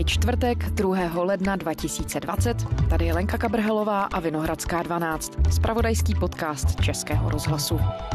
Je čtvrtek 2. ledna 2020. Tady je Lenka Kabrhelová a Vinohradská 12, zpravodajský podcast Českého rozhlasu.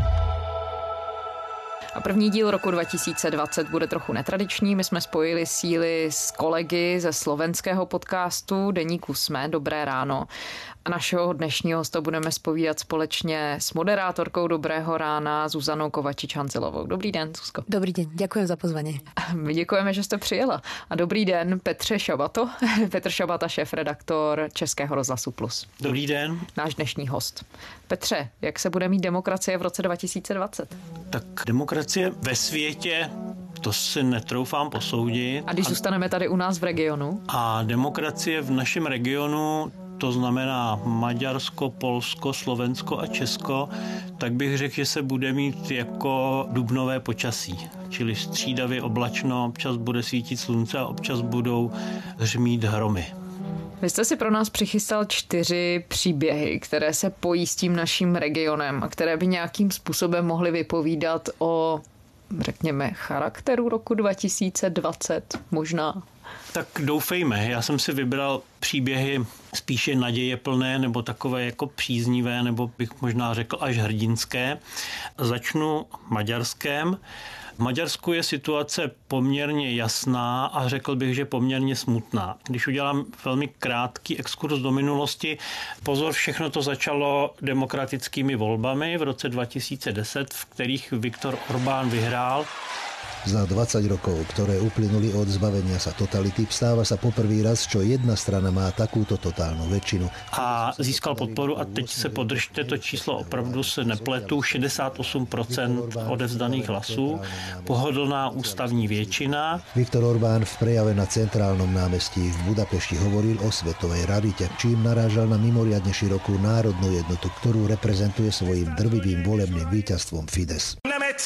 A první díl roku 2020 bude trochu netradiční. My jsme spojili síly s kolegy ze slovenského podcastu Deníku SME. Dobré ráno. A našeho dnešního hosta budeme zpovídat společně s moderátorkou Dobrého rána Zuzanou Kovačič-Hanzelovou. Dobrý den, Zuzko. Dobrý den, děkuji za pozvání. My děkujeme, že jste přijela. A dobrý den, Petře Šabato. Petr Šabata, šéfredaktor Českého rozhlasu Plus. Dobrý den. Náš dnešní host. Petře, jak se bude mít demokracie v roce 2020? Tak demokracie ve světě, to si netroufám posoudit. A když zůstaneme tady u nás v regionu? A demokracie v našem regionu, to znamená Maďarsko, Polsko, Slovensko a Česko, tak bych řekl, že se bude mít jako dubnové počasí. Čili střídavě oblačno, občas bude svítit slunce a občas budou hřmít hromy. Vy jste si pro nás přichystal 4 příběhy, které se pojí s tím naším regionem a které by nějakým způsobem mohly vypovídat o, řekněme, charakteru roku 2020 možná. Tak doufejme, já jsem si vybral příběhy spíše nadějeplné nebo takové jako příznivé, nebo bych možná řekl až hrdinské. Začnu Maďarskem. V Maďarsku je situace poměrně jasná a řekl bych, že poměrně smutná. Když udělám velmi krátký exkurs do minulosti, pozor, všechno to začalo demokratickými volbami v roce 2010, v kterých Viktor Orbán vyhrál. Za 20 rokov, ktoré uplynuli od zbavenia sa totality, stáva sa poprvý raz, čo jedna strana má takúto totálnu väčšinu. A získal podporu, a teď se podržte, to číslo opravdu se nepletu, 68% odevzdaných hlasů, pohodlná ústavní většina. Viktor Orbán v prejave na centrálnom námestí v Budapešti hovoril o svetovej rarite, čím narážal na mimoriadne širokú národnú jednotu, ktorú reprezentuje svojím drvivým volebným víťazstvom Fidesz.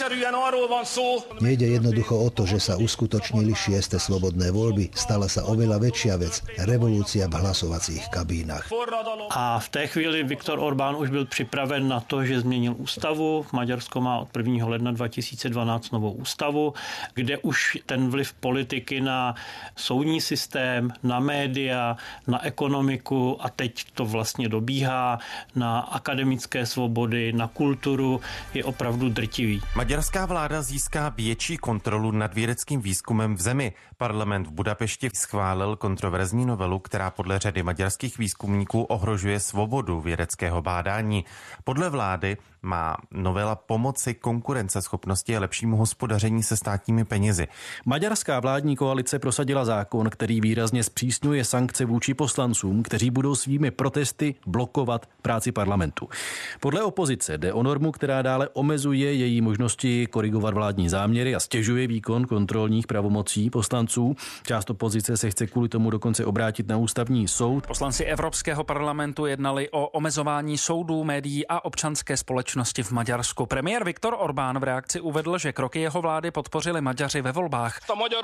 Nejde jednoducho o to, že sa uskutočnili 6. slobodné voľby. Stala sa oveľa väčšia vec. Revolúcia v hlasovacích kabínach. A v té chvíli Viktor Orbán už byl připraven na to, že změnil ústavu. Maďarsko má od 1. ledna 2012 novou ústavu, kde už ten vliv politiky na soudní systém, na média, na ekonomiku a teď to vlastně dobíhá na akademické svobody, na kulturu je opravdu drtivý. Maďarská vláda získá větší kontrolu nad vědeckým výzkumem v zemi. Parlament v Budapešti schválil kontroverzní novelu, která podle řady maďarských výzkumníků ohrožuje svobodu vědeckého bádání. Podle vlády má novela pomoci konkurenceschopnosti a lepšímu hospodaření se státními penězi. Maďarská vládní koalice prosadila zákon, který výrazně zpřísňuje sankce vůči poslancům, kteří budou svými protesty blokovat práci parlamentu. Podle opozice jde o normu, která dále omezuje její možnosti korigovat vládní záměry a stěžuje výkon kontrolních pravomocí poslanců. Část opozice se chce kvůli tomu dokonce obrátit na ústavní soud. Poslanci Evropského parlamentu jednali o omezování soudů, médií a občanské společnosti v Maďarsku. Premiér Viktor Orbán v reakci uvedl, že kroky jeho vlády podpořili Maďaři ve volbách.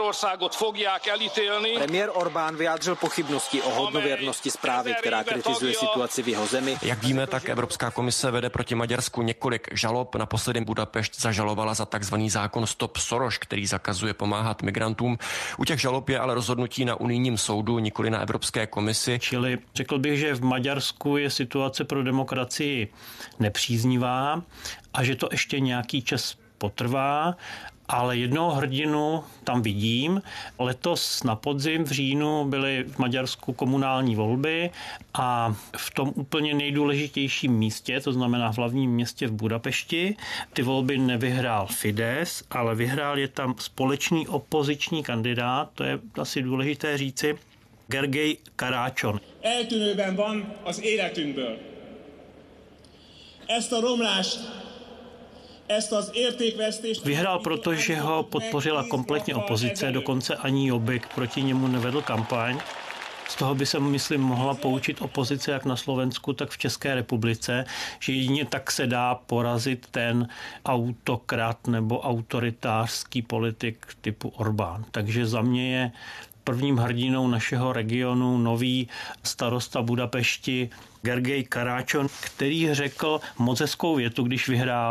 Premiér Orbán vyjádřil pochybnosti o hodnověrnosti zprávy, která kritizuje situaci v jeho zemi. Jak víme, tak Evropská komise vede proti Maďarsku několik žalob. Naposledy Budapešť zažalovala za takzvaný zákon Stop Soros, který zakazuje pomáhat migrantům. U těch žalob je ale rozhodnutí na unijním soudu, nikoli na Evropské komisi. Čili řekl bych, že v Maďarsku je situace pro demokracii nepříznivá a že to ještě nějaký čas potrvá, ale jednoho hrdinu tam vidím. Letos na podzim v říjnu byly v Maďarsku komunální volby a v tom úplně nejdůležitějším místě, to znamená v hlavním městě v Budapešti, ty volby nevyhrál Fidesz, ale vyhrál je tam společný opoziční kandidát, to je asi důležité říci, Gergely Karácson. Eltűnőben van az életünkből. Ezt a romlást, ezt az értékvesztést... Vyhrál, protože ho podpořila kompletně opozice, dokonce ani Jobbik proti němu nevedl kampaň. Z toho by se, myslím, mohla poučit opozice jak na Slovensku, tak v České republice, že jedině tak se dá porazit ten autokrat nebo autoritářský politik typu Orbán. Takže za mě je prvním hrdinou našeho regionu nový starosta Budapešti Gergely Karácson, který řekl moc hezkou větu, když vyhrál.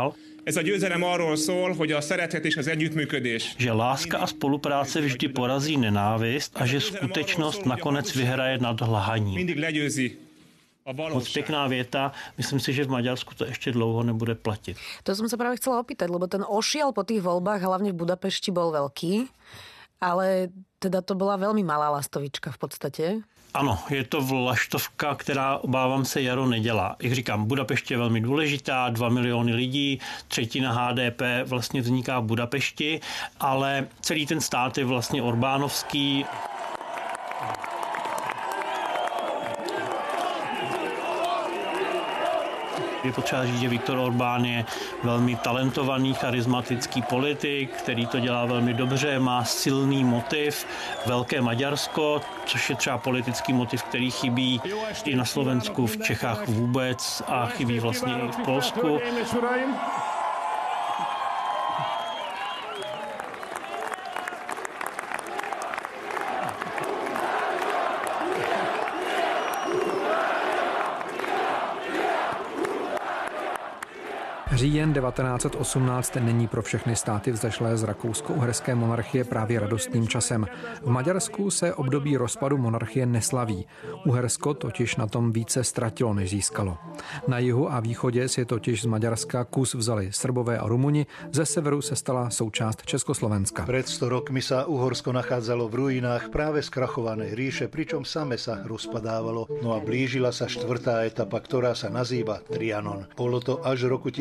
Ez a győzelem arról szól, hogy a szeretet és az együttműködés. Že láska a spolupráce vždy porazí nenávist a že skutečnost nakonec vyhraje nad lhaním. Mindig legyőzi. Moc pěkná věta, myslím si, že v Maďarsku to ještě dlouho nebude platit. To som sa práve chcela opýtať, lebo ten ošial po tých voľbách, hlavne v Budapešti, bol veľký, ale teda to bola veľmi malá lastovička v podstate. Ano, je to vlaštovka, která, obávám se, jaro nedělá. Jak říkám, Budapešť je velmi důležitá, 2 miliony lidí, 1/3 HDP vlastně vzniká v Budapešti, ale celý ten stát je vlastně orbánovský. Je potřeba říct, že Viktor Orbán je velmi talentovaný, charismatický politik, který to dělá velmi dobře, má silný motiv, velké Maďarsko, což je třeba politický motiv, který chybí i na Slovensku, v Čechách vůbec a chybí vlastně i v Polsku. Říjen 1918 není pro všechny státy vzešlé z rakousko-uherské monarchie právě radostným časem. V Maďarsku se období rozpadu monarchie neslaví. Uhersko totiž na tom více ztratilo, než získalo. Na jihu a východě si totiž z Maďarska kus vzali Srbové a Rumuni, ze severu se stala součást Československa. Pred 100 rokmi sa Uhorsko nachádzalo v ruinách práve skrachovanej ríše, pričom same sa rozpadávalo. No a blížila sa 4. etapa, ktorá sa nazýva Trianon. Bolo to až v roku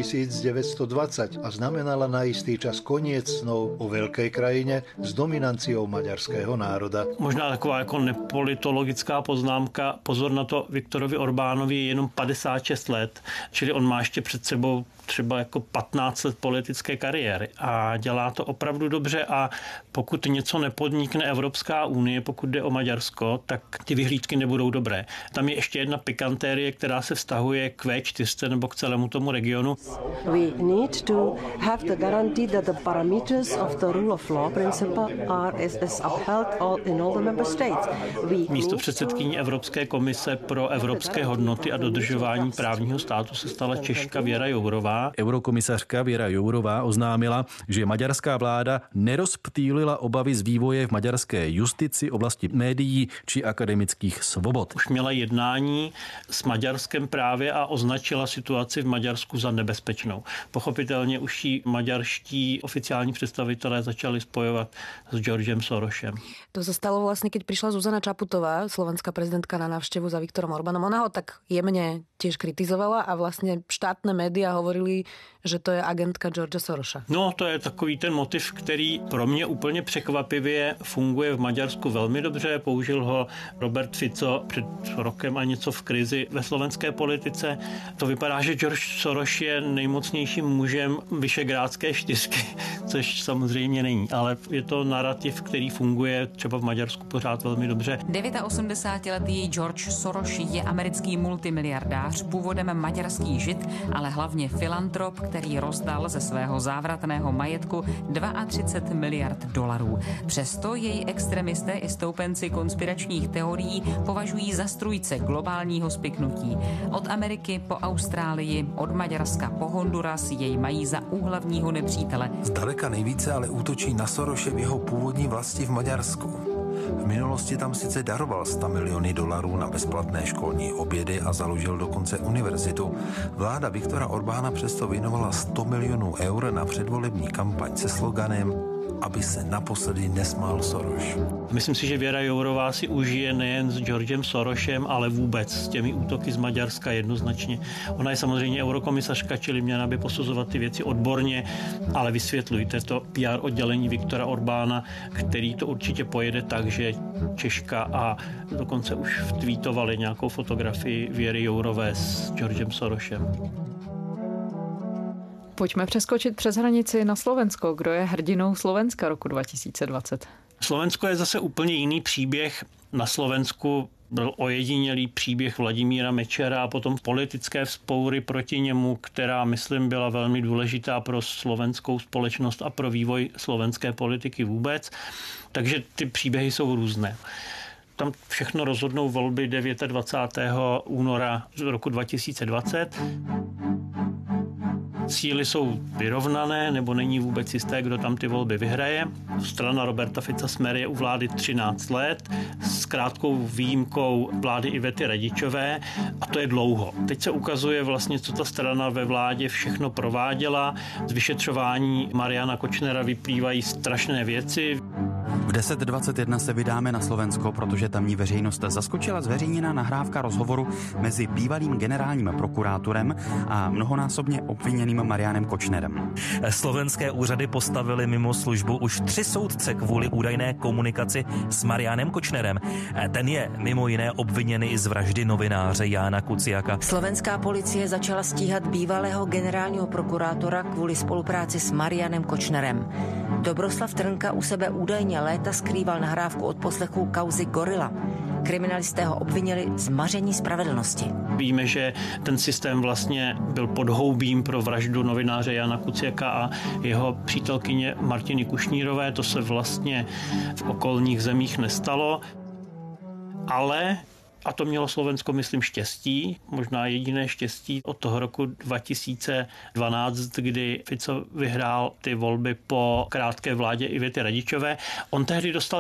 1920 a znamenala na istý čas koniec snov o veľkej krajine s dominanciou maďarského národa. Možná taková jako nepolitologická poznámka. Pozor na to, Viktorovi Orbánovi je jenom 56 let, čili on má ještě před sebou třeba jako 15 let politické kariéry a dělá to opravdu dobře a pokud něco nepodnikne Evropská unie, pokud jde o Maďarsko, tak ty vyhlídky nebudou dobré. Tam je ještě jedna pikantérie, která se vztahuje k V4 nebo k celému tomu regionu. We need to have the guarantee that the parameters of the rule of law principle are is upheld in all the member states. Místo předsedkyní Evropské komise pro evropské hodnoty a dodržování právního státu se stala Češka Věra Jourová. Eurokomisařka Věra Jourová oznámila, že maďarská vláda nerozptýlila obavy z vývoje v maďarské justici, oblasti médií či akademických svobod. Už měla jednání s Maďarskem právě a označila situaci v Maďarsku za nebezpečnou. Pochopitelně už ji maďarští oficiální představitelé začali spojovat s Georgem Sorosem. To sa stalo vlastne, keď prišla Zuzana Čaputová, slovenská prezidentka, na návštevu za Viktorom Orbánom. Ona ho tak jemne tiež kritizovala a vlastne štátne médiá hovorili, že to je agentka George Sorosa. No, to je takový ten motiv, který pro mě úplně překvapivě funguje v Maďarsku velmi dobře. Použil ho Robert Fico před rokem a něco v krizi ve slovenské politice. To vypadá, že George Soros je nejmocnějším mužem Visegrádské čtyřky, což samozřejmě není, ale je to narrativ, který funguje třeba v Maďarsku pořád velmi dobře. 89letý George Soros je americký multimiliardář, původem maďarský žid, ale hlavně filantrop, který rozdal ze svého závratného majetku 32 miliard dolarů. Přesto jej extremisté i stoupenci konspiračních teorií považují za strůjce globálního spiknutí. Od Ameriky po Austrálii, od Maďarska po Honduras jej mají za úhlavního nepřítele. Zdaleka nejvíce ale útočí na Sorose v jeho původní vlasti v Maďarsku. V minulosti tam sice daroval 100 miliony dolarů na bezplatné školní obědy a založil dokonce univerzitu. Vláda Viktora Orbána přesto věnovala 100 milionů eur na předvolební kampaň se sloganem aby se naposledy nesmál Soros. Myslím si, že Věra Jourová si užije nejen s Georgem Sorosem, ale vůbec s těmi útoky z Maďarska jednoznačně. Ona je samozřejmě eurokomisařka, čili měla by posuzovat ty věci odborně, ale vysvětlujte to PR oddělení Viktora Orbána, který to určitě pojede tak, že Češka a dokonce už vtweetovali nějakou fotografii Věry Jourové s Georgem Sorosem. Pojďme přeskočit přes hranici na Slovensko. Kdo je hrdinou Slovenska roku 2020? Slovensko je zase úplně jiný příběh. Na Slovensku byl ojedinělý příběh Vladimíra Mečera a potom politické vzpoury proti němu, která, myslím, byla velmi důležitá pro slovenskou společnost a pro vývoj slovenské politiky vůbec. Takže ty příběhy jsou různé. Tam všechno rozhodnou volby 29. února roku 2020. síly jsou vyrovnané, nebo není vůbec jisté, kdo tam ty volby vyhraje. Strana Roberta Fica Smer je u vlády 13 let s krátkou výjimkou vlády Ivety Radičové a to je dlouho. Teď se ukazuje vlastně, co ta strana ve vládě všechno prováděla. Z vyšetřování Mariana Kočnera vyplývají strašné věci. V 10:21 se vydáme na Slovensko, protože tamní veřejnost zaskočila zveřejněná nahrávka rozhovoru mezi bývalým generálním prokurátorem a mnohonásobně obviněným Marianem Kočnerem. Slovenské úřady postavily mimo službu už 3 soudce kvůli údajné komunikaci s Marianem Kočnerem. Ten je mimo jiné obviněný i z vraždy novináře Jána Kuciaka. Slovenská policie začala stíhat bývalého generálního prokurátora kvůli spolupráci s Marianem Kočnerem. Dobroslav Trnka u sebe údajně léta skrýval nahrávku od poslechu kauzy Gorila. Kriminalisté ho obvinili z maření spravedlnosti. Víme, že ten systém vlastně byl podhoubím pro vraždu novináře Jana Kuciaka a jeho přítelkyně Martiny Kušnírové. To se vlastně v okolních zemích nestalo, ale a to mělo Slovensko, myslím, štěstí, možná jediné štěstí od toho roku 2012, kdy Fico vyhrál ty volby po krátké vládě Ivety Radičové. On tehdy dostal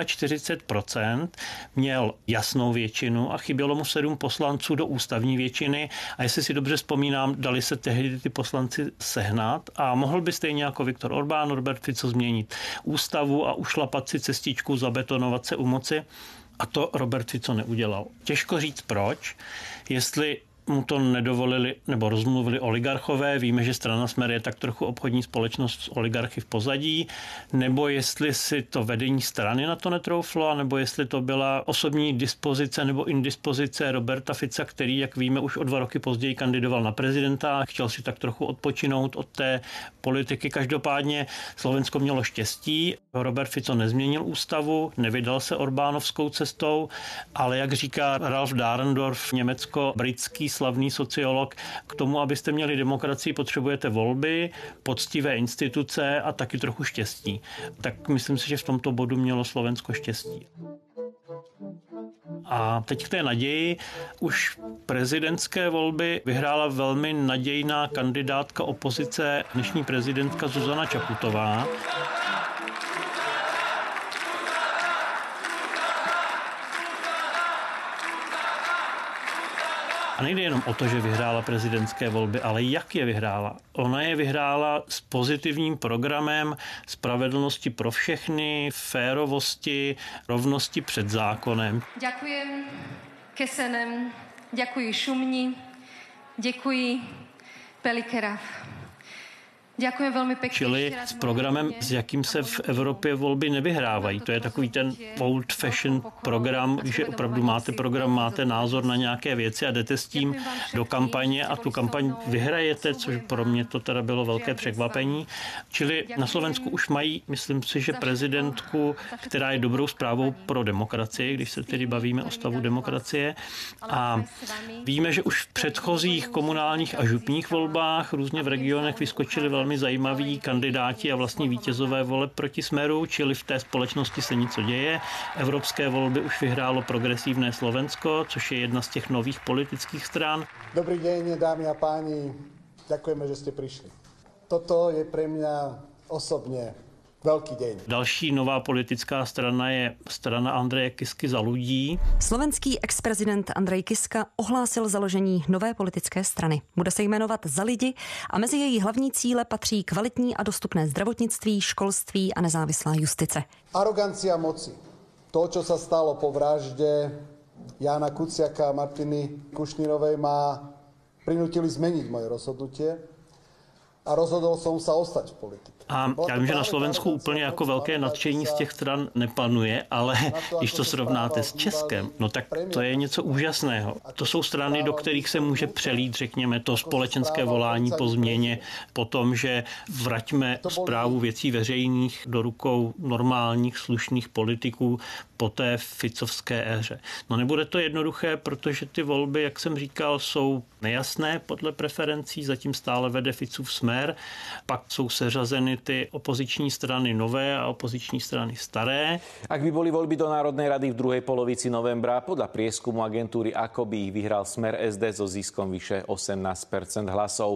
44%, měl jasnou většinu a chybělo mu 7 poslanců do ústavní většiny a jestli si dobře vzpomínám, dali se tehdy ty poslanci sehnat a mohl by stejně jako Viktor Orbán, Robert Fico změnit ústavu a ušlapat si cestičku, zabetonovat se u moci. A to Robert Fico neudělal. Těžko říct proč, jestli mu to nedovolili nebo rozmluvili oligarchové, víme, že strana Smer je tak trochu obchodní společnost s oligarchy v pozadí, nebo jestli si to vedení strany na to netrouflo, nebo jestli to byla osobní dispozice nebo indispozice Roberta Fica, který, jak víme, už o 2 roky později kandidoval na prezidenta, chtěl si tak trochu odpočinout od té politiky. Každopádně Slovensko mělo štěstí, Robert Fico nezměnil ústavu, nevydal se Orbánovskou cestou, ale jak říká Ralf Dahrendorf, německo-britský slavný sociolog, k tomu, abyste měli demokracii, potřebujete volby, poctivé instituce a taky trochu štěstí. Tak myslím si, že v tomto bodu mělo Slovensko štěstí. A teď k té naději. Už prezidentské volby vyhrála velmi nadějná kandidátka opozice, dnešní prezidentka Zuzana Čaputová. A nejde jenom o to, že vyhrála prezidentské volby, ale jak je vyhrála. Ona je vyhrála s pozitivním programem spravedlnosti pro všechny, férovosti, rovnosti před zákonem. Ďakujem Kesenem, ďakuji Šumni, děkuji Pelikerav. Děkuji velmi pěkně. Čili s programem, s jakým se v Evropě volby nevyhrávají. To je takový ten old fashion program, že opravdu máte program, máte názor na nějaké věci a jdete s tím do kampaně a tu kampaň vyhrajete, což pro mě to teda bylo velké překvapení. Čili na Slovensku už mají, myslím si, že prezidentku, která je dobrou zprávou pro demokracii, když se tedy bavíme o stavu demokracie. A víme, že už v předchozích komunálních a župních volbách různě v regionech vyskočili velmi zajímaví kandidáti a vlastní vítězové voleb proti Smeru, čili v té společnosti se něco děje. Evropské volby už vyhrálo progresívne Slovensko, což je jedna z těch nových politických stran. Dobrý deň, dámy a páni. Ďakujeme, že ste prišli. Toto je pre mňa osobne velký deň. Další nová politická strana je strana Andreje Kisky Za ľudí. Slovenský ex-prezident Andrej Kiska ohlásil založení nové politické strany. Bude se jmenovat Za lidi a mezi její hlavní cíle patří kvalitní a dostupné zdravotnictví, školství a nezávislá justice. Arogancia moci. To, čo sa stalo po vražde Jána Kuciaka a Martiny Kušnírovej, ma prinútili zmeniť moje rozhodnutie a rozhodol som sa ostať v politike. A já vím, že na Slovensku úplně jako velké nadšení z těch stran nepanuje, ale když to srovnáte s Českem, no tak to je něco úžasného. To jsou strany, do kterých se může přelít, řekněme, to společenské volání po změně, po tom, že vraťme správu věcí veřejných do rukou normálních, slušných politiků po té ficovské éře. No nebude to jednoduché, protože ty volby, jak jsem říkal, jsou nejasné podle preferencí, zatím stále vede Ficův Smer, pak jsou seřazeny ty opoziční strany nové a opoziční strany staré. Ak by boli voľby do Národnej rady v druhej polovici novembra, podľa prieskumu agentúry Ako by ich vyhral Smer SD so ziskom vyše 18% hlasov.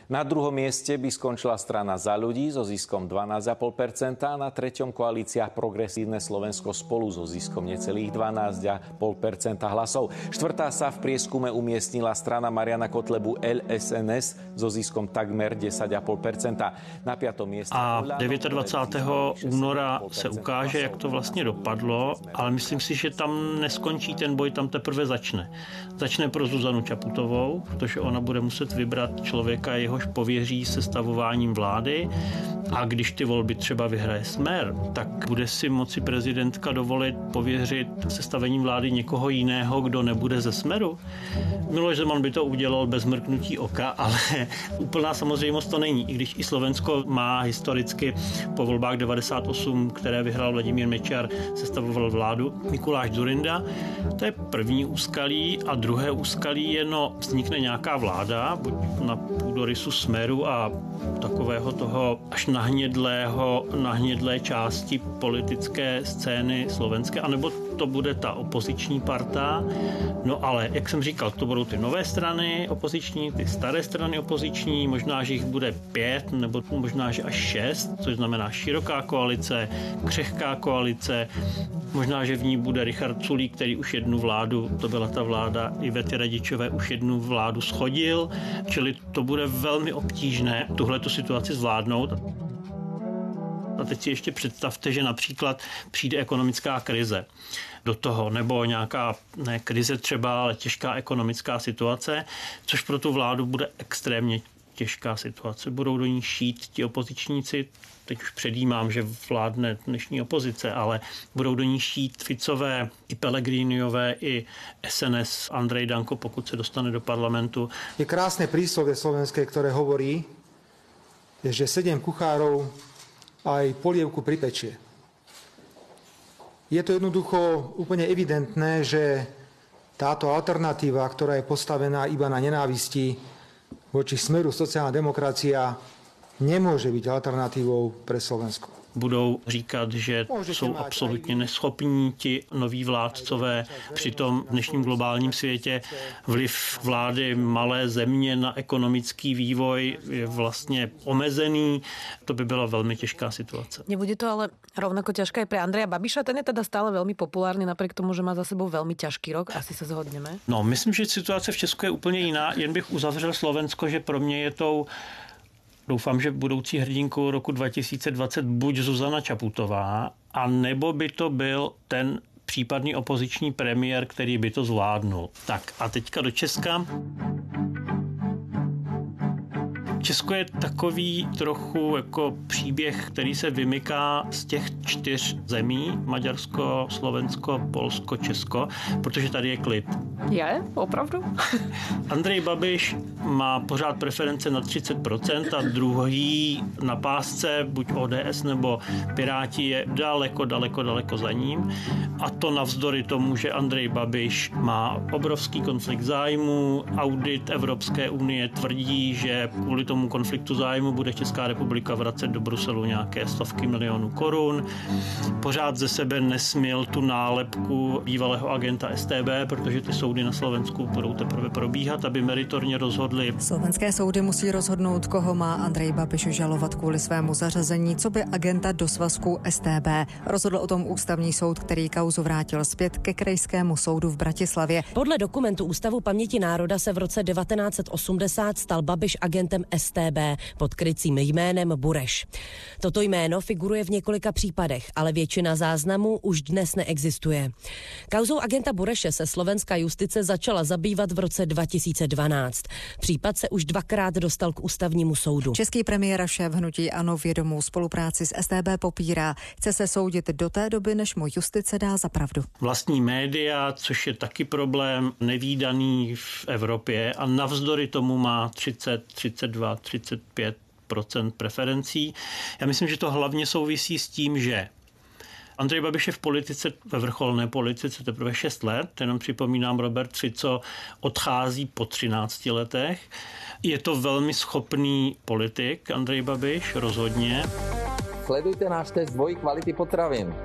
Na druhom mieste by skončila strana Za ľudí so ziskom 12,5%, a na treťom koalícia Progresívne Slovensko Spolu so ziskom necelých 12,5% hlasov. Štvrtá sa v prieskume umiestnila strana Mariana Kotlebu LSNS so ziskom takmer 10,5%. Na 5. mieste... A 29. února se ukáže, jak to vlastně dopadlo, ale myslím si, že tam neskončí ten boj, tam teprve začne. Začne pro Zuzanu Čaputovou, protože ona bude muset vybrat člověka, jehož pověří sestavováním vlády, a když ty volby třeba vyhraje Smer, tak bude si moci prezidentka dovolit pověřit sestavením vlády někoho jiného, kdo nebude ze Smeru. Miloš Zeman by to udělal bez mrknutí oka, ale úplná samozřejmost to není. I když i Slovensko má historicky po volbách 98, které vyhrál Vladimír Mečiar, sestavoval vládu Mikuláš Dzurinda. To je první úskalí, a druhé úskalí je, vznikne nějaká vláda, buď na půdorysu Smeru a takového toho až nahnědlé části politické scény slovenské, anebo to bude ta opoziční parta. No ale, jak jsem říkal, to budou ty nové strany opoziční, ty staré strany opoziční, možná, že jich bude 5, nebo možná, že až 6, což znamená široká koalice, křehká koalice, možná, že v ní bude Richard Sulík, který už jednu vládu, to byla ta vláda Ivety Radičové, už jednu vládu shodil, čili to bude velmi obtížné tuhletu situaci zvládnout. A teď si ještě představte, že například přijde ekonomická krize do toho, nebo nějaká, ne krize třeba, ale těžká ekonomická situace, což pro tu vládu bude extrémně těžká situace. Budou do ní šít ti opozičníci, teď už předjímám, že vládne dnešní opozice, ale budou do ní šít Ficové, i Pellegriniové, i SNS, Andrej Danko, pokud se dostane do parlamentu. Je krásne príslovie slovenské, ktoré hovorí, že 7 kuchárov aj polievku pripečie. Je to jednoducho úplne evidentné, že táto alternatíva, ktorá je postavená iba na nenávisti voči Smeru sociálna demokracia, nemôže byť alternatívou pre Slovensko. Budou říkat, že jsou absolutně neschopní ti noví vládcové. Přitom v dnešním globálním světě vliv vlády malé země na ekonomický vývoj je vlastně omezený. To by byla velmi těžká situace. Nebude to ale rovnako ťažké aj pre Andreja Babiša? Ten je teda stále veľmi populárny, napriek tomu, že má za sebou veľmi ťažký rok. Asi sa zhodneme. No, myslím, že situace v Česku je úplně jiná. Jen bych uzavřel Slovensko, že pro mě je tou, doufám, že budoucí hrdinkou roku 2020 buď Zuzana Čaputová, a nebo by to byl ten případný opoziční premiér, který by to zvládnul. Tak a teďka do Česka. Česko je takový trochu jako příběh, který se vymyká z těch 4 zemí, Maďarsko, Slovensko, Polsko, Česko, protože tady je klid. Je? Opravdu? Andrej Babiš má pořád preference na 30% a druhý na pásce, buď ODS nebo Piráti, je daleko za ním. A to navzdory tomu, že Andrej Babiš má obrovský konflikt zájmů. Audit Evropské unie tvrdí, že kvůli tomu konfliktu zájmu bude Česká republika vracet do Bruselu nějaké stovky milionů korun. Pořád ze sebe nesměl tu nálepku bývalého agenta StB, protože ty soudy na Slovensku budou teprve probíhat, aby meritorně rozhodli. Slovenské soudy musí rozhodnout, koho má Andrej Babiš žalovat kvůli svému zařazení, co by agenta do svazku StB. Rozhodl o tom ústavní soud, který kauzu vrátil zpět ke krajskému soudu v Bratislavě. Podle dokumentu Ústavu paměti národa se v roce 1980 stal Babiš agentem StB pod krycím jménem Bureš. Toto jméno figuruje v několika případech, ale většina záznamů už dnes neexistuje. Kauzou agenta Bureše se slovenská justice začala zabývat v roce 2012. Případ se už 2krát dostal k ústavnímu soudu. Český premiér a šéf hnutí ANO vědomou spolupráci s StB popírá. Chce se soudit do té doby, než mu justice dá za pravdu. Vlastní média, což je taky problém nevídaný v Evropě, a navzdory tomu má 30, 32, 35% preferencí. Já myslím, že to hlavně souvisí s tím, že Andrej Babiš je v politice, ve vrcholné politice teprve 6 let, jenom připomínám, Robert Fico odchází po 13 letech. Je to velmi schopný politik, Andrej Babiš, rozhodně. Sledujte náš test dvojí kvality potravín.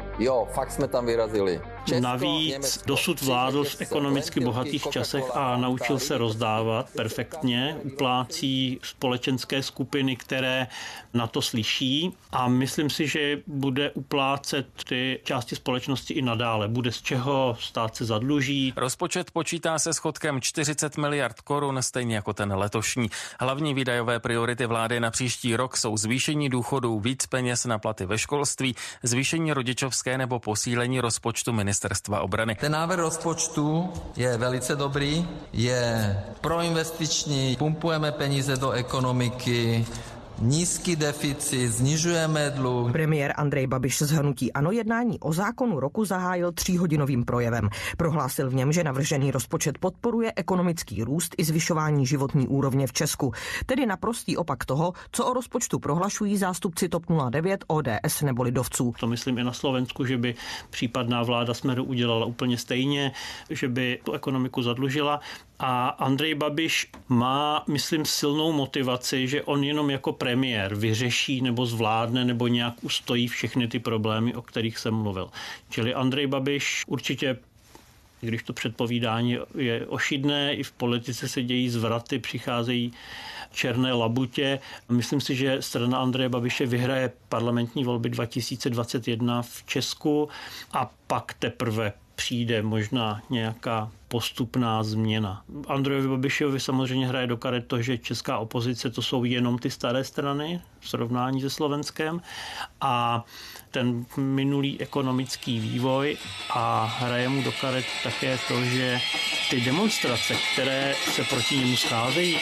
Jo, fakt jsme tam vyrazili. Česko, Navíc Německo, dosud vládl v ekonomicky bohatých časech a naučil se rozdávat perfektně. Uplácí společenské skupiny, které na to slyší a myslím si, že bude uplácet ty části společnosti i nadále. Bude z čeho, stát se zadluží. Rozpočet počítá se schodkem 40 miliard korun, stejně jako ten letošní. Hlavní výdajové priority vlády na příští rok jsou zvýšení důchodů, víc peněz na platy ve školství, zvýšení rodičovské nebo posílení rozpočtu Ministerstva obrany. Ten návrh rozpočtu je velice dobrý, je proinvestiční, pumpujeme peníze do ekonomiky, nízký deficit, snižujeme dluh. Premiér Andrej Babiš z hnutí ANO jednání o zákonu roku zahájil 3hodinovým projevem. Prohlásil v něm, že navržený rozpočet podporuje ekonomický růst i zvyšování životní úrovně v Česku. Tedy naprostý opak toho, co o rozpočtu prohlašují zástupci TOP 09, ODS nebo lidovců. To myslím i na Slovensku, že by případná vláda Smeru udělala úplně stejně, že by tu ekonomiku zadlužila. A Andrej Babiš má, myslím, silnou motivaci, že on jenom jako premiér vyřeší nebo zvládne nebo nějak ustojí všechny ty problémy, o kterých jsem mluvil. Čili Andrej Babiš určitě, když to předpovídání je ošidné, i v politice se dějí zvraty, přicházejí černé labutě. Myslím si, že strana Andreje Babiše vyhraje parlamentní volby 2021 v Česku a pak teprve přijde možná nějaká postupná změna. Andrejovi Babišovi samozřejmě hraje do karet to, že česká opozice to jsou jenom ty staré strany v srovnání se Slovenskem a ten minulý ekonomický vývoj a hraje mu do karet také to, že ty demonstrace, které se proti němu scházejí,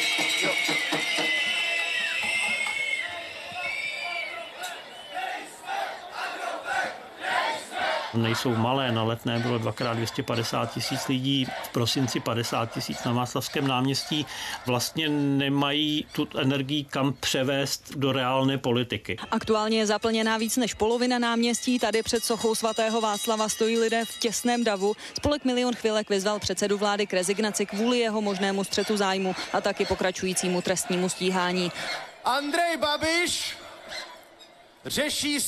nejsou malé. Na Letné bylo 2x 250 000 lidí, v prosinci 50 000 na Václavském náměstí. Vlastně nemají tu energii kam převést do reálné politiky. Aktuálně je zaplněná víc než polovina náměstí. Tady před sochou svatého Václava stojí lidé v těsném davu. Spolek Milion chvilek vyzval předsedu vlády k rezignaci kvůli jeho možnému střetu zájmu a taky pokračujícímu trestnímu stíhání. Andrej Babiš řeší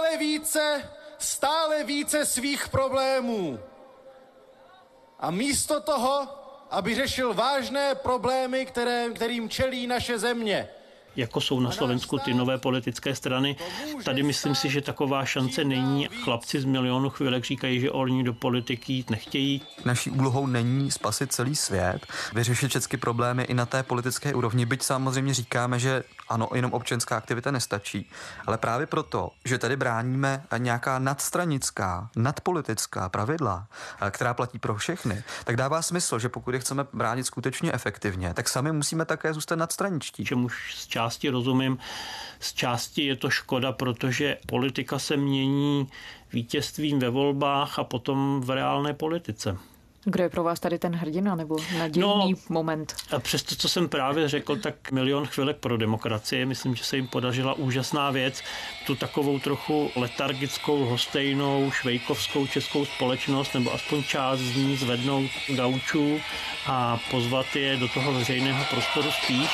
stále více svých problémů. A místo toho, aby řešil vážné problémy, kterým čelí naše země, jako jsou na Slovensku ty nové politické strany. Tady myslím si, že taková šance není. Chlapci z Milionu chvilek říkají, že oni do politiky jít nechtějí. Naší úlohou není spasit celý svět, vyřešit všechny problémy i na té politické úrovni, byť samozřejmě říkáme, že ano, jenom občanská aktivita nestačí, ale právě proto, že tady bráníme nějaká nadstranická, nadpolitická pravidla, která platí pro všechny, tak dává smysl, že pokud je chceme bránit skutečně efektivně, tak sami musíme také zůstat nadstraničtí. Čemuž z části rozumím, z části je to škoda, protože politika se mění vítězstvím ve volbách a potom v reálné politice. Kdo je pro vás tady ten hrdina nebo nadějný moment? A přes to, co jsem právě řekl, tak Milion chvilek pro demokracii. Myslím, že se jim podařila úžasná věc. Tu takovou trochu letargickou, lhostejnou, švejkovskou českou společnost, nebo aspoň část z ní zvednout gaučů a pozvat je do toho veřejného prostoru spíš.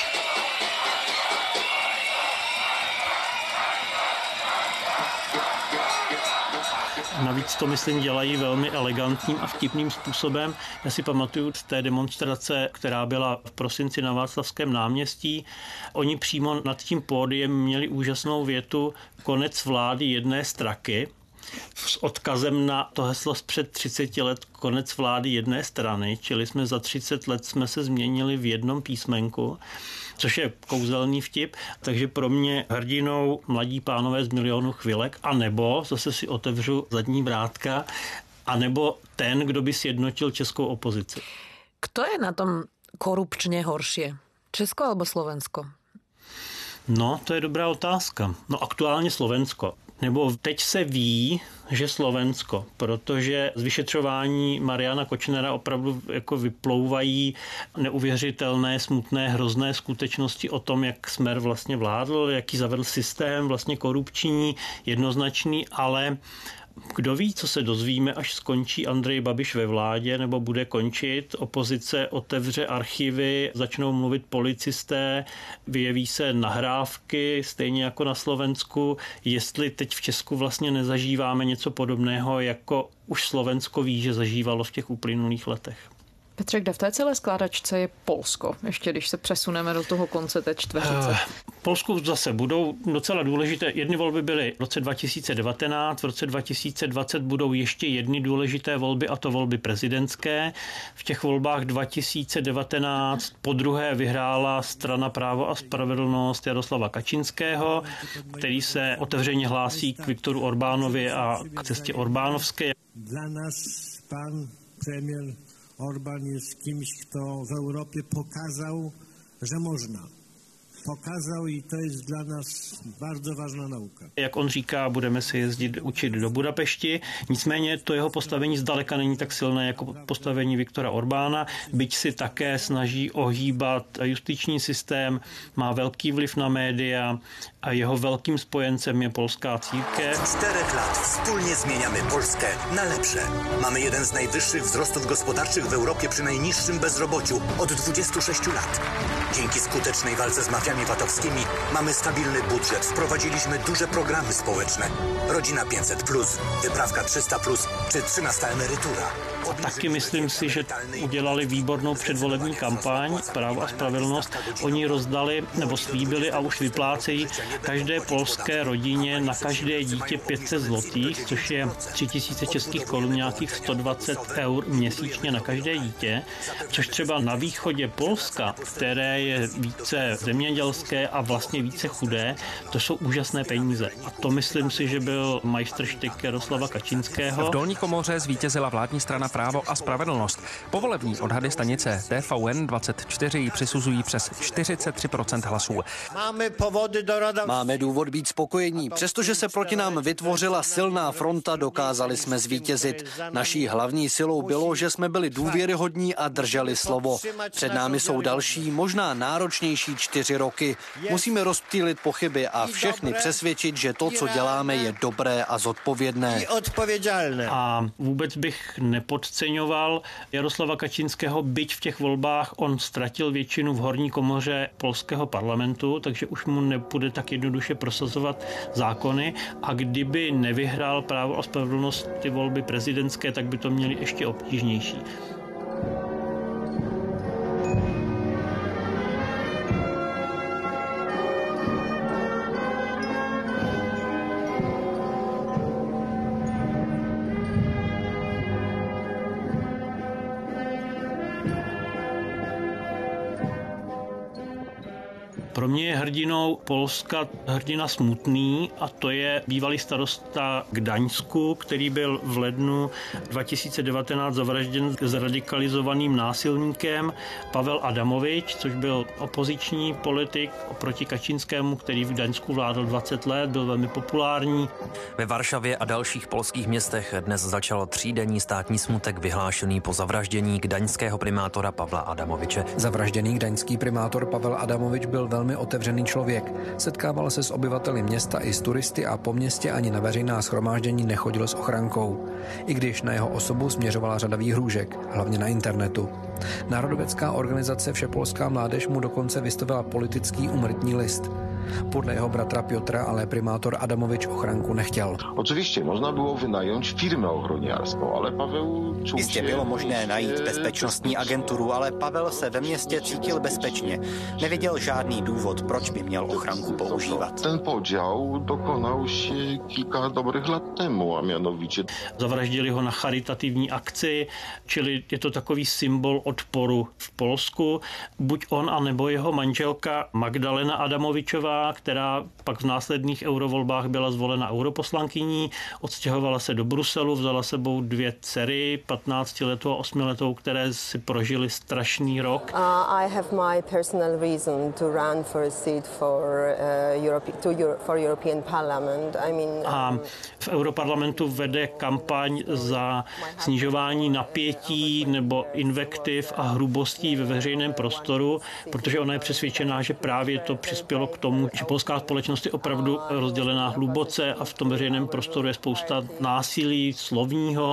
Navíc to, myslím, dělají velmi elegantním a vtipným způsobem. Já si pamatuju z té demonstrace, která byla v prosinci na Václavském náměstí. Oni přímo nad tím pódiem měli úžasnou větu konec vlády jedné straky s odkazem na to heslo z před 30 let konec vlády jedné strany, čili jsme za 30 let jsme se změnili v jednom písmenku, což je kouzelný vtip, takže pro mě hrdinou mladí pánové z Milionu chvilek, anebo, zase si otevřu zadní vrátka, anebo ten, kdo by sjednotil českou opozici. Kto je na tom korupčně horšie? Česko alebo Slovensko? No, to je dobrá otázka. No, aktuálně Slovensko. Nebo teď se ví, že Slovensko, protože z vyšetřování Mariana Kočnera opravdu jako vyplouvají neuvěřitelné, smutné, hrozné skutečnosti o tom, jak Smer vlastně vládl, jaký zavedl systém vlastně korupční, jednoznačný, ale Kdo ví, co se dozvíme, až skončí Andrej Babiš ve vládě nebo bude končit. Opozice otevře archivy, začnou mluvit policisté, vyjeví se nahrávky, stejně jako na Slovensku. Jestli teď v Česku vlastně nezažíváme něco podobného, jako už Slovensko ví, že zažívalo v těch uplynulých letech. Petře, kde v té celé skládačce je Polsko? Ještě když se přesuneme do toho konce té čtveřice. V Polsku zase budou docela důležité. Jedny volby byly v roce 2019, v roce 2020 budou ještě jedny důležité volby, a to volby prezidentské. V těch volbách 2019 podruhé vyhrála strana Právo a spravedlnost Jaroslava Kačinského, který se otevřeně hlásí k Viktoru Orbánovi a k cestě orbánovské. Dla nás pan premier Orbán jest kimś, kto w Europie pokazał, że można. Pokazał i to jest dla nas bardzo ważna nauka. Jak on říká, budeme se jezdit učit do Budapešti, nicméně to jeho postavení zdaleka není tak silné jako postavení Viktora Orbána, byť si také snaží ohýbat justiční systém, má velký vliv na média a jeho velkým spojencem je polská církev. 4 lat wspólnie zmieniamy Polskę na lepsze. Mamy jeden z najwyższych wzrostów gospodarczych w Europie przy najniższym bezrobociu od 26 lat. Dzięki skutecznej walce z mafiami VAT-owskimi mamy stabilny budżet, wprowadziliśmy duże programy społeczne. Rodzina 500+, wyprawka 300+, czy 13. emerytura. Taky myslím si, že udělali výbornou předvolební kampaň Právo a spravedlnost. Oni rozdali nebo slíbili a už vyplácejí každé polské rodině na každé dítě 500 zlotých, což je 3000 českých korun, nějakých 120 eur měsíčně na každé dítě, což třeba na východě Polska, které je více zemědělské a vlastně více chudé, to jsou úžasné peníze. A to myslím si, že byl majstrštyk Jaroslava Kačinského. V dolní komoře zvítězila vládní strana Právo a spravedlnost. Povolební odhady stanice TVN24 jí přisuzují přes 43% hlasů. Máme důvod být spokojení. Přestože se proti nám vytvořila silná fronta, dokázali jsme zvítězit. Naší hlavní silou bylo, že jsme byli důvěryhodní a drželi slovo. Před námi jsou další, možná náročnější 4 roky. Musíme rozptýlit pochyby a všechny přesvědčit, že to, co děláme, je dobré a zodpovědné. A vůbec bych nepodceňoval Jaroslava Kačinského, byť v těch volbách on ztratil většinu v horní komoře polského parlamentu, takže už mu nepůjde tak jednoduše prosazovat zákony, a kdyby nevyhrál Právo a spravedlnost ty volby prezidentské, tak by to měli ještě obtížnější. Pro mě je hrdinou Polska hrdina smutný, a to je bývalý starosta Gdaňsku, který byl v lednu 2019 zavražděn zradikalizovaným násilníkem Pavel Adamovič, což byl opoziční politik oproti Kačinskému, který v Gdaňsku vládl 20 let, byl velmi populární. Ve Varšavě a dalších polských městech dnes začal 3denní státní smutek vyhlášený po zavraždění gdaňského primátora Pavla Adamoviče. Zavražděný gdaňský primátor Pavel Adamovič byl velmi otevřený člověk. Setkával se s obyvateli města i s turisty a po městě ani na veřejná shromáždění nechodil s ochrankou. I když na jeho osobu směřovala řada výhrůžek, hlavně na internetu. Národovecká organizace Všepolská mládež mu dokonce vystavila politický úmrtní list. Podle jeho bratra Piotra ale primátor Adamovič ochranku nechtěl. Oczywiście można było wynająć firmę ochroniarską, ale Paweł czuł się... Jistě bylo možné najít bezpečnostní agenturu, ale Pavel se ve městě cítil bezpečně. Neviděl žádný důvod, proč by měl ochranku používat. Ten podział dokonał się kilka dobrych lat temu, a mianowicie... Zavraždili ho na charitativní akci, čili je to takový symbol odporu v Polsku. Buď on, anebo jeho manželka Magdalena Adamovičová, která pak v následných eurovolbách byla zvolena europoslankyní, odstěhovala se do Bruselu, vzala sebou 2 dcery, 15letou a 8letou, které si prožili strašný rok. I have my personal reason to run for a seat for European Parliament. A v europarlamentu vede kampaň za snižování napětí nebo invektiv a hrubostí ve veřejném prostoru, protože ona je přesvědčená, že právě to přispělo k tomu, tomu, že polská společnost je opravdu rozdělená hluboce a v tom veřejném prostoru je spousta násilí slovního.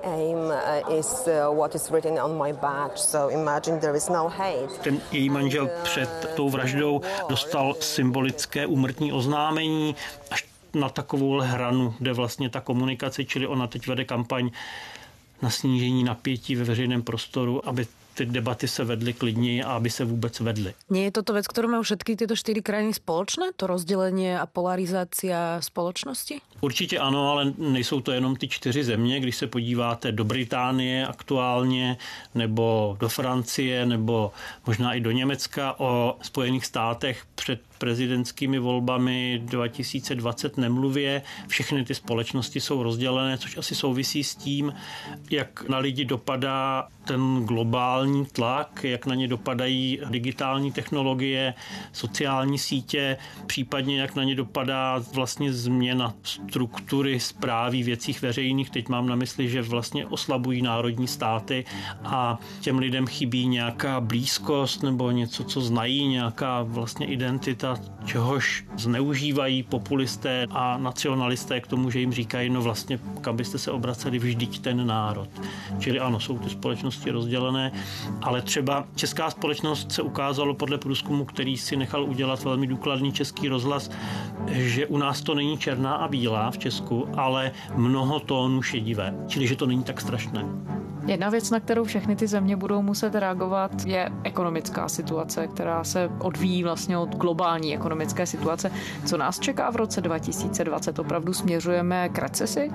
Ten její manžel před tou vraždou dostal symbolické úmrtní oznámení až na takovou hranu, kde vlastně ta komunikace, čili ona teď vede kampaň na snížení napětí ve veřejném prostoru, aby ty debaty se vedly klidněji a aby se vůbec vedly. Nie je toto vec, ktorú majú všetky tieto 4 krajiny spoločné? To rozdělení a polarizácia společnosti? Určitě ano, ale nejsou to jenom ty 4 země. Když se podíváte do Británie aktuálně, nebo do Francie, nebo možná i do Německa, o Spojených státech před prezidentskými volbami 2020 nemluvě. Všechny ty společnosti jsou rozdělené, což asi souvisí s tím, jak na lidi dopadá ten globální tlak, jak na ně dopadají digitální technologie, sociální sítě, případně jak na ně dopadá vlastně změna struktury správy věcích veřejných. Teď mám na mysli, že vlastně oslabují národní státy a těm lidem chybí nějaká blízkost nebo něco, co znají, nějaká vlastně identita, čehož zneužívají populisté a nacionalisté k tomu, že jim říkají, no vlastně, kam byste se obraceli, vždyť ten národ. Čili ano, jsou ty společnosti rozdělené, ale třeba česká společnost se ukázalo podle průzkumu, který si nechal udělat velmi důkladný Český rozhlas, že u nás to není černá a bílá v Česku, ale mnoho tónů šedivé, čili že to není tak strašné. Jedna věc, na kterou všechny ty země budou muset reagovat, je ekonomická situace, která se odvíjí vlastně od globální ekonomické situace. Co nás čeká v roce 2020? Opravdu směřujeme k recesi?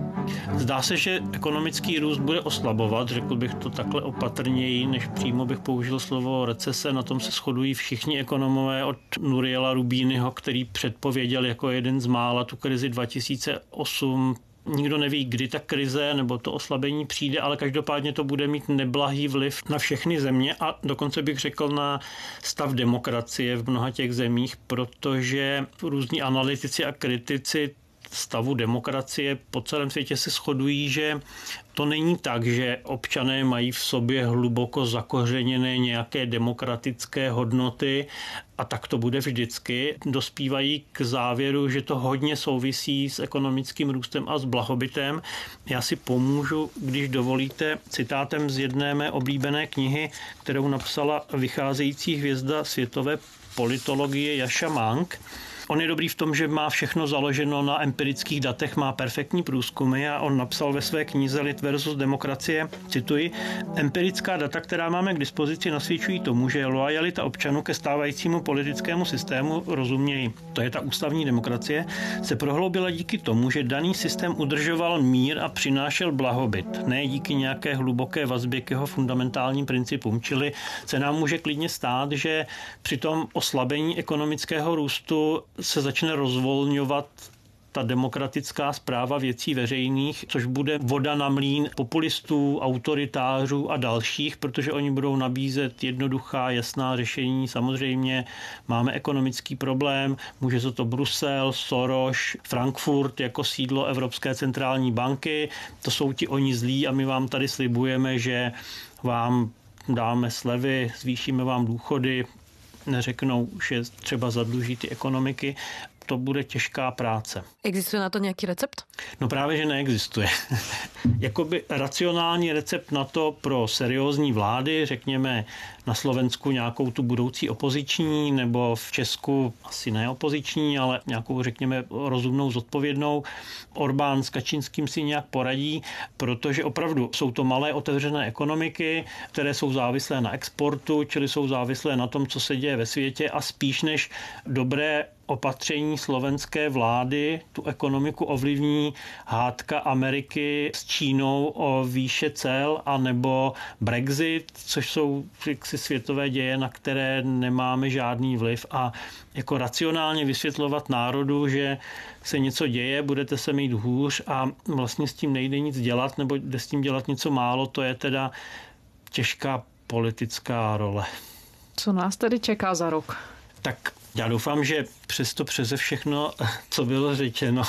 Zdá se, že ekonomický růst bude oslabovat, řekl bych to takhle opatrněji, než přímo bych použil slovo recese. Na tom se shodují všichni ekonomové od Nuriela Rubínyho, který předpověděl jako jeden z mála tu krizi 2008. Nikdo neví, kdy ta krize nebo to oslabení přijde, ale každopádně to bude mít neblahý vliv na všechny země a dokonce bych řekl na stav demokracie v mnoha těch zemích, protože různí analytici a kritici stavu demokracie po celém světě se shodují, že to není tak, že občané mají v sobě hluboko zakořeněné nějaké demokratické hodnoty a tak to bude vždycky. Dospívají k závěru, že to hodně souvisí s ekonomickým růstem a s blahobytem. Já si pomůžu, když dovolíte, citátem z jedné mé oblíbené knihy, kterou napsala vycházející hvězda světové politologie Jascha Mank. On je dobrý v tom, že má všechno založeno na empirických datech, má perfektní průzkumy a on napsal ve své knize Lid versus demokracie, cituji, empirická data, která máme k dispozici, nasvědčují tomu, že loajalita občanů ke stávajícímu politickému systému, rozumějí, to je ta ústavní demokracie, se prohloubila díky tomu, že daný systém udržoval mír a přinášel blahobyt, ne díky nějaké hluboké vazbě k jeho fundamentálním principům. Čili se nám může klidně stát, že při tom oslabení ekonomického růstu se začne rozvolňovat ta demokratická správa věcí veřejných, což bude voda na mlýn populistů, autoritářů a dalších, protože oni budou nabízet jednoduchá, jasná řešení. Samozřejmě máme ekonomický problém, může to Brusel, Soros, Frankfurt jako sídlo Evropské centrální banky, to jsou ti oni zlí a my vám tady slibujeme, že vám dáme slevy, zvýšíme vám důchody, neřeknou, že třeba zadluží ty ekonomiky. To bude těžká práce. Existuje na to nějaký recept? No právě, že neexistuje. Jakoby racionální recept na to pro seriózní vlády, řekněme na Slovensku nějakou tu budoucí opoziční, nebo v Česku asi ne opoziční, ale nějakou, řekněme, rozumnou, zodpovědnou. Orbán s Kačínským si nějak poradí, protože opravdu jsou to malé otevřené ekonomiky, které jsou závislé na exportu, čili jsou závislé na tom, co se děje ve světě a spíš než dobré opatření slovenské vlády tu ekonomiku ovlivní hádka Ameriky s Čínou o výše cel anebo Brexit, což jsou světové děje, na které nemáme žádný vliv a jako racionálně vysvětlovat národu, že se něco děje, budete se mít hůř a vlastně s tím nejde nic dělat nebo jde s tím dělat něco málo, to je teda těžká politická role. Co nás tedy čeká za rok? Tak já doufám, že přeze všechno, co bylo řečeno,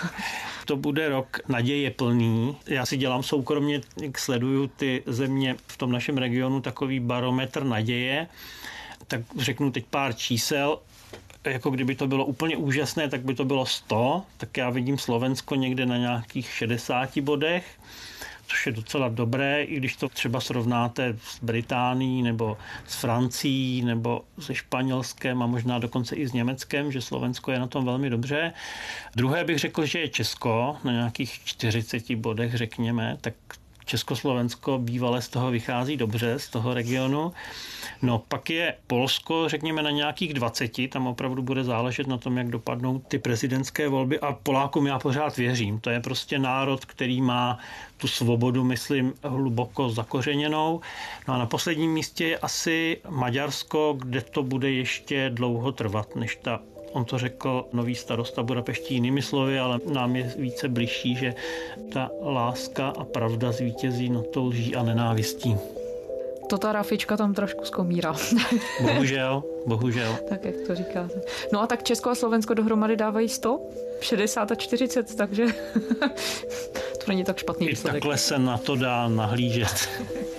to bude rok naděje plný. Já si dělám soukromně, sleduju ty země v tom našem regionu, takový barometr naděje tak řeknu teď pár čísel. Jako kdyby to bylo úplně úžasné, tak by to bylo 100, tak já vidím Slovensko někde na nějakých 60 bodech, což je docela dobré, i když to třeba srovnáte s Británií nebo s Francií nebo se Španělskem a možná dokonce i s Německem, že Slovensko je na tom velmi dobře. Druhé bych řekl, že je Česko na nějakých 40 bodech, řekněme, tak Československo bývalé z toho vychází dobře, z toho regionu. No pak je Polsko, řekněme, na nějakých 20, tam opravdu bude záležet na tom, jak dopadnou ty prezidentské volby a Polákům já pořád věřím. To je prostě národ, který má tu svobodu, myslím, hluboko zakořeněnou. No a na posledním místě je asi Maďarsko, kde to bude ještě dlouho trvat, než ta, on to řekl nový starosta Budapešti jinými slovy, ale nám je více bližší, že ta láska a pravda zvítězí nad tou lží a nenávistí. To ta Rafička tam trošku zkomírá. Bohužel. Tak jak to říkáte. No a tak Česko a Slovensko dohromady dávají 100, 60 a 40, takže to není tak špatný výsledek. I takhle se na to dá nahlížet.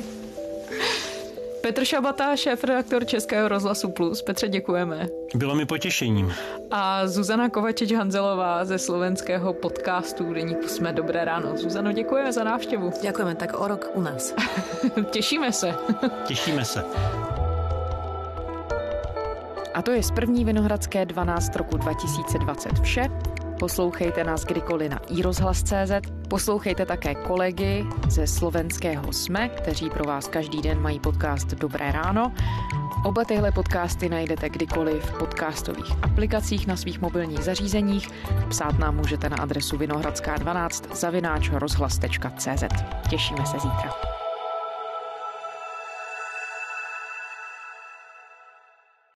Petr Šabata, šéfredaktor Českého rozhlasu Plus. Petře, děkujeme. Bylo mi potěšením. A Zuzana Kovačič-Hanzelová ze slovenského podcastu deníku Jsme. Dobré ráno. Zuzano, děkujeme za návštěvu. Děkujeme, tak o rok u nás. Těšíme se. Těšíme se. A to je z první Vinohradské 12 roku 2020 vše. Poslouchejte nás kdykoliv na iRozhlas.cz. Poslouchejte také kolegy ze slovenského SME, kteří pro vás každý den mají podcast Dobré ráno. Oba tyhle podcasty najdete kdykoliv v podcastových aplikacích na svých mobilních zařízeních. Psát nám můžete na adresu vinohradská12 @rozhlas.cz. Těšíme se zítra.